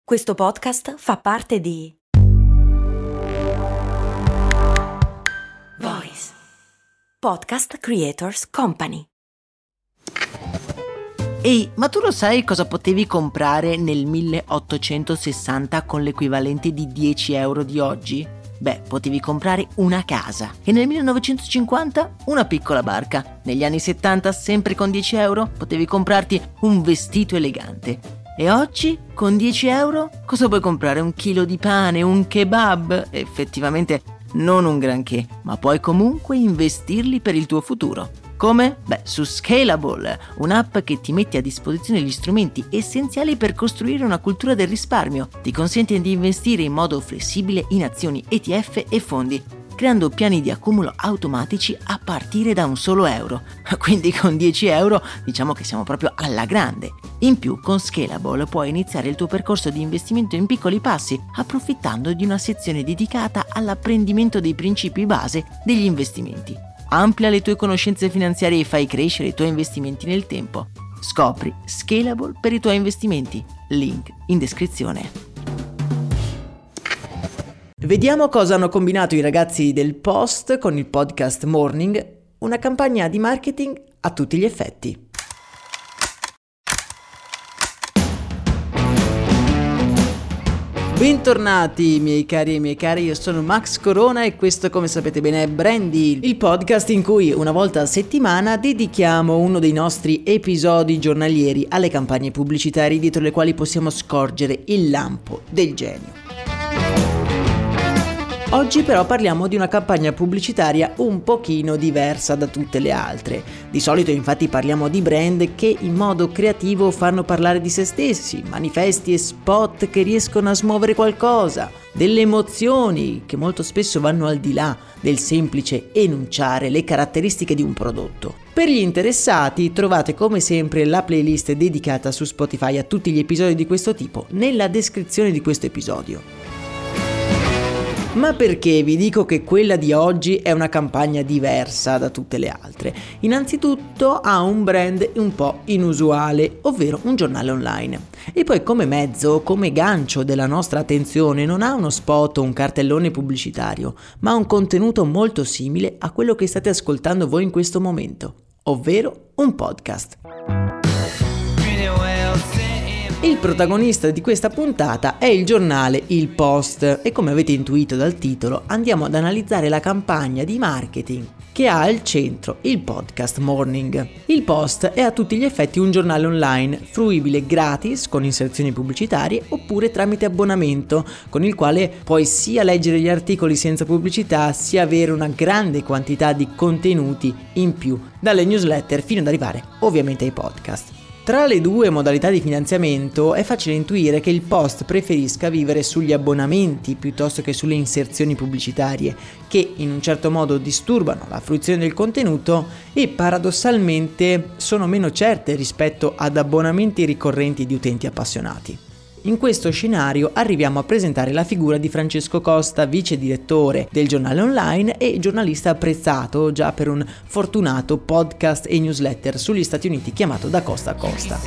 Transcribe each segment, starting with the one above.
Questo podcast fa parte di Voice Podcast Creators Company. Ehi, ma tu lo sai cosa potevi comprare nel 1860 con l'equivalente di 10 euro di oggi? Beh, potevi comprare una casa e nel 1950 una piccola barca. Negli anni 70, sempre con 10 euro, potevi comprarti un vestito elegante. E oggi, con 10 euro, cosa puoi comprare? Un chilo di pane, un kebab? Effettivamente non un granché, ma puoi comunque investirli per il tuo futuro. Come? Beh, su Scalable, un'app che ti mette a disposizione gli strumenti essenziali per costruire una cultura del risparmio. Ti consente di investire in modo flessibile in azioni, ETF e fondi, creando piani di accumulo automatici a partire da un solo euro. Quindi con 10 euro diciamo che siamo proprio alla grande. In più, con Scalable puoi iniziare il tuo percorso di investimento in piccoli passi, approfittando di una sezione dedicata all'apprendimento dei principi base degli investimenti. Amplia le tue conoscenze finanziarie e fai crescere i tuoi investimenti nel tempo. Scopri Scalable per i tuoi investimenti. Link in descrizione. Vediamo cosa hanno combinato i ragazzi del Post con il podcast Morning, una campagna di marketing a tutti gli effetti. Bentornati miei cari e miei cari, io sono Max Corona e questo, come sapete bene, è Brandy, il podcast in cui una volta a settimana dedichiamo uno dei nostri episodi giornalieri alle campagne pubblicitarie dietro le quali possiamo scorgere il lampo del genio. Oggi però parliamo di una campagna pubblicitaria un pochino diversa da tutte le altre. Di solito infatti parliamo di brand che in modo creativo fanno parlare di se stessi, manifesti e spot che riescono a smuovere qualcosa, delle emozioni che molto spesso vanno al di là del semplice enunciare le caratteristiche di un prodotto. Per gli interessati trovate come sempre la playlist dedicata su Spotify a tutti gli episodi di questo tipo nella descrizione di questo episodio. Ma perché vi dico che quella di oggi è una campagna diversa da tutte le altre? Innanzitutto ha un brand un po' inusuale, ovvero un giornale online. E poi come mezzo, come gancio della nostra attenzione non ha uno spot o un cartellone pubblicitario, ma un contenuto molto simile a quello che state ascoltando voi in questo momento, ovvero un podcast. Il protagonista di questa puntata è il giornale Il Post e come avete intuito dal titolo andiamo ad analizzare la campagna di marketing che ha al centro il podcast Morning. Il Post è a tutti gli effetti un giornale online fruibile gratis con inserzioni pubblicitarie oppure tramite abbonamento con il quale puoi sia leggere gli articoli senza pubblicità sia avere una grande quantità di contenuti in più dalle newsletter fino ad arrivare ovviamente ai podcast. Tra le due modalità di finanziamento è facile intuire che il Post preferisca vivere sugli abbonamenti piuttosto che sulle inserzioni pubblicitarie, che in un certo modo disturbano la fruizione del contenuto e paradossalmente sono meno certe rispetto ad abbonamenti ricorrenti di utenti appassionati. In questo scenario arriviamo a presentare la figura di Francesco Costa, vice direttore del giornale online e giornalista apprezzato già per un fortunato podcast e newsletter sugli Stati Uniti chiamato Da Costa a Costa.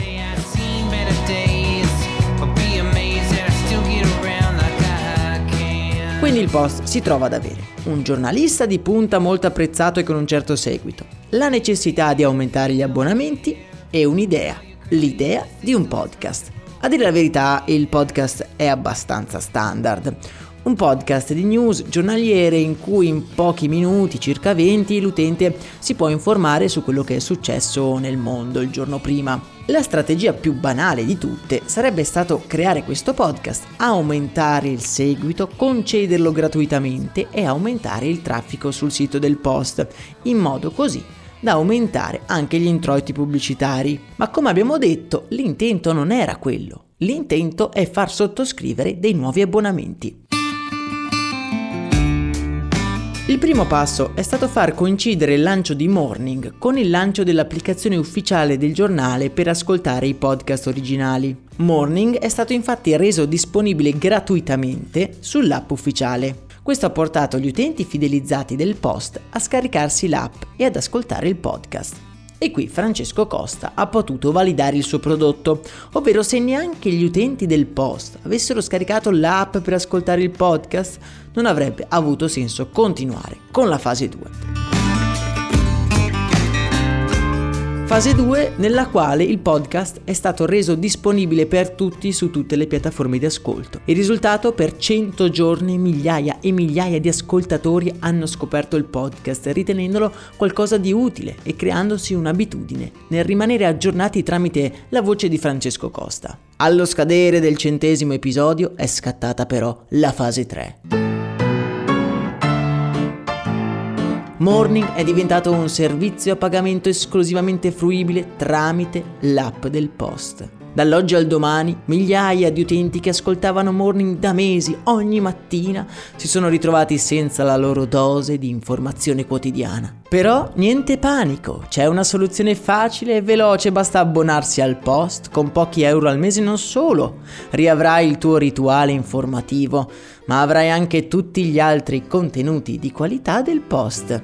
Quindi il Post si trova ad avere un giornalista di punta molto apprezzato e con un certo seguito, la necessità di aumentare gli abbonamenti e un'idea, l'idea di un podcast. A dire la verità, il podcast è abbastanza standard. Un podcast di news giornaliere in cui in pochi minuti, circa 20, l'utente si può informare su quello che è successo nel mondo il giorno prima. La strategia più banale di tutte sarebbe stato creare questo podcast, aumentare il seguito, concederlo gratuitamente e aumentare il traffico sul sito del Post, in modo così da aumentare anche gli introiti pubblicitari. Ma come abbiamo detto, l'intento non era quello. L'intento è far sottoscrivere dei nuovi abbonamenti. Il primo passo è stato far coincidere il lancio di Morning con il lancio dell'applicazione ufficiale del giornale per ascoltare i podcast originali. Morning è stato infatti reso disponibile gratuitamente sull'app ufficiale. Questo ha portato gli utenti fidelizzati del Post a scaricarsi l'app e ad ascoltare il podcast. E qui Francesco Costa ha potuto validare il suo prodotto, ovvero se neanche gli utenti del post avessero scaricato l'app per ascoltare il podcast, non avrebbe avuto senso continuare con la fase 2. Fase 2 nella quale il podcast è stato reso disponibile per tutti su tutte le piattaforme di ascolto. Il risultato: per 100 giorni migliaia e migliaia di ascoltatori hanno scoperto il podcast, ritenendolo qualcosa di utile e creandosi un'abitudine nel rimanere aggiornati tramite la voce di Francesco Costa. Allo scadere del 100° episodio è scattata però la fase 3. Morning è diventato un servizio a pagamento esclusivamente fruibile tramite l'app del Post. Dall'oggi al domani, migliaia di utenti che ascoltavano Morning da mesi ogni mattina si sono ritrovati senza la loro dose di informazione quotidiana. Però niente panico, c'è una soluzione facile e veloce, basta abbonarsi al Post con pochi euro al mese. Non solo riavrai il tuo rituale informativo, ma avrai anche tutti gli altri contenuti di qualità del Post.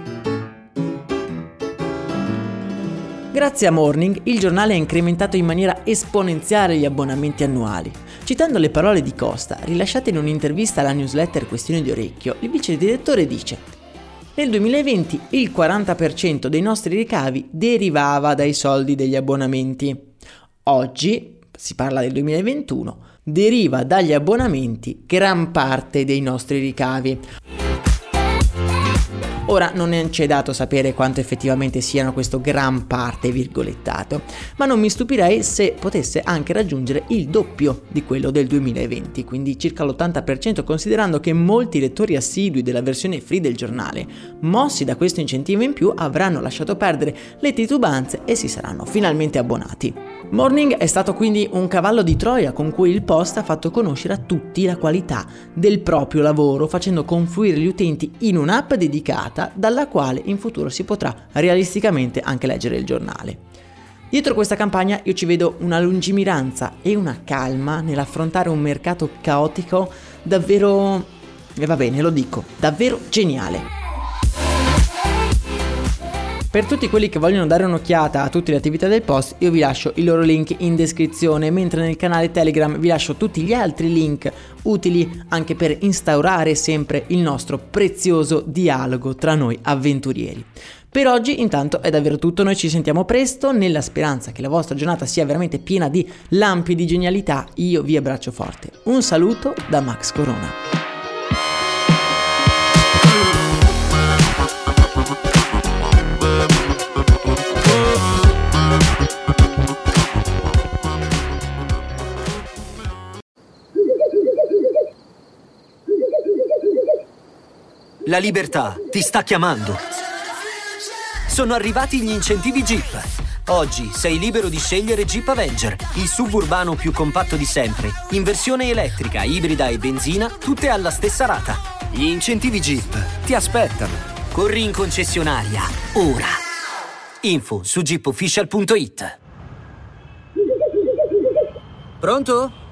Grazie a Morning, il giornale ha incrementato in maniera esponenziale gli abbonamenti annuali. Citando le parole di Costa, rilasciate in un'intervista alla newsletter Questione di Orecchio, il vice direttore dice: nel 2020 il 40% dei nostri ricavi derivava dai soldi degli abbonamenti. Oggi, si parla del 2021, deriva dagli abbonamenti gran parte dei nostri ricavi. Ora non c'è dato sapere quanto effettivamente siano questo gran parte virgolettato, ma non mi stupirei se potesse anche raggiungere il doppio di quello del 2020, quindi circa l'80%, considerando che molti lettori assidui della versione free del giornale, mossi da questo incentivo in più, avranno lasciato perdere le titubanze e si saranno finalmente abbonati. Morning è stato quindi un cavallo di Troia con cui il Post ha fatto conoscere a tutti la qualità del proprio lavoro, facendo confluire gli utenti in un'app dedicata dalla quale in futuro si potrà realisticamente anche leggere il giornale. Dietro questa campagna io ci vedo una lungimiranza e una calma nell'affrontare un mercato caotico davvero, e va bene, lo dico, davvero geniale. Per tutti quelli che vogliono dare un'occhiata a tutte le attività del Post, io vi lascio i loro link in descrizione, mentre nel canale Telegram vi lascio tutti gli altri link utili anche per instaurare sempre il nostro prezioso dialogo tra noi avventurieri. Per oggi intanto è davvero tutto, noi ci sentiamo presto, nella speranza che la vostra giornata sia veramente piena di lampi di genialità. Io vi abbraccio forte. Un saluto da Max Corona. La libertà ti sta chiamando. Sono arrivati gli incentivi Jeep. Oggi sei libero di scegliere Jeep Avenger, il suburbano più compatto di sempre, in versione elettrica, ibrida e benzina, tutte alla stessa rata. Gli incentivi Jeep ti aspettano. Corri in concessionaria, ora. Info su jeepofficial.it. Pronto?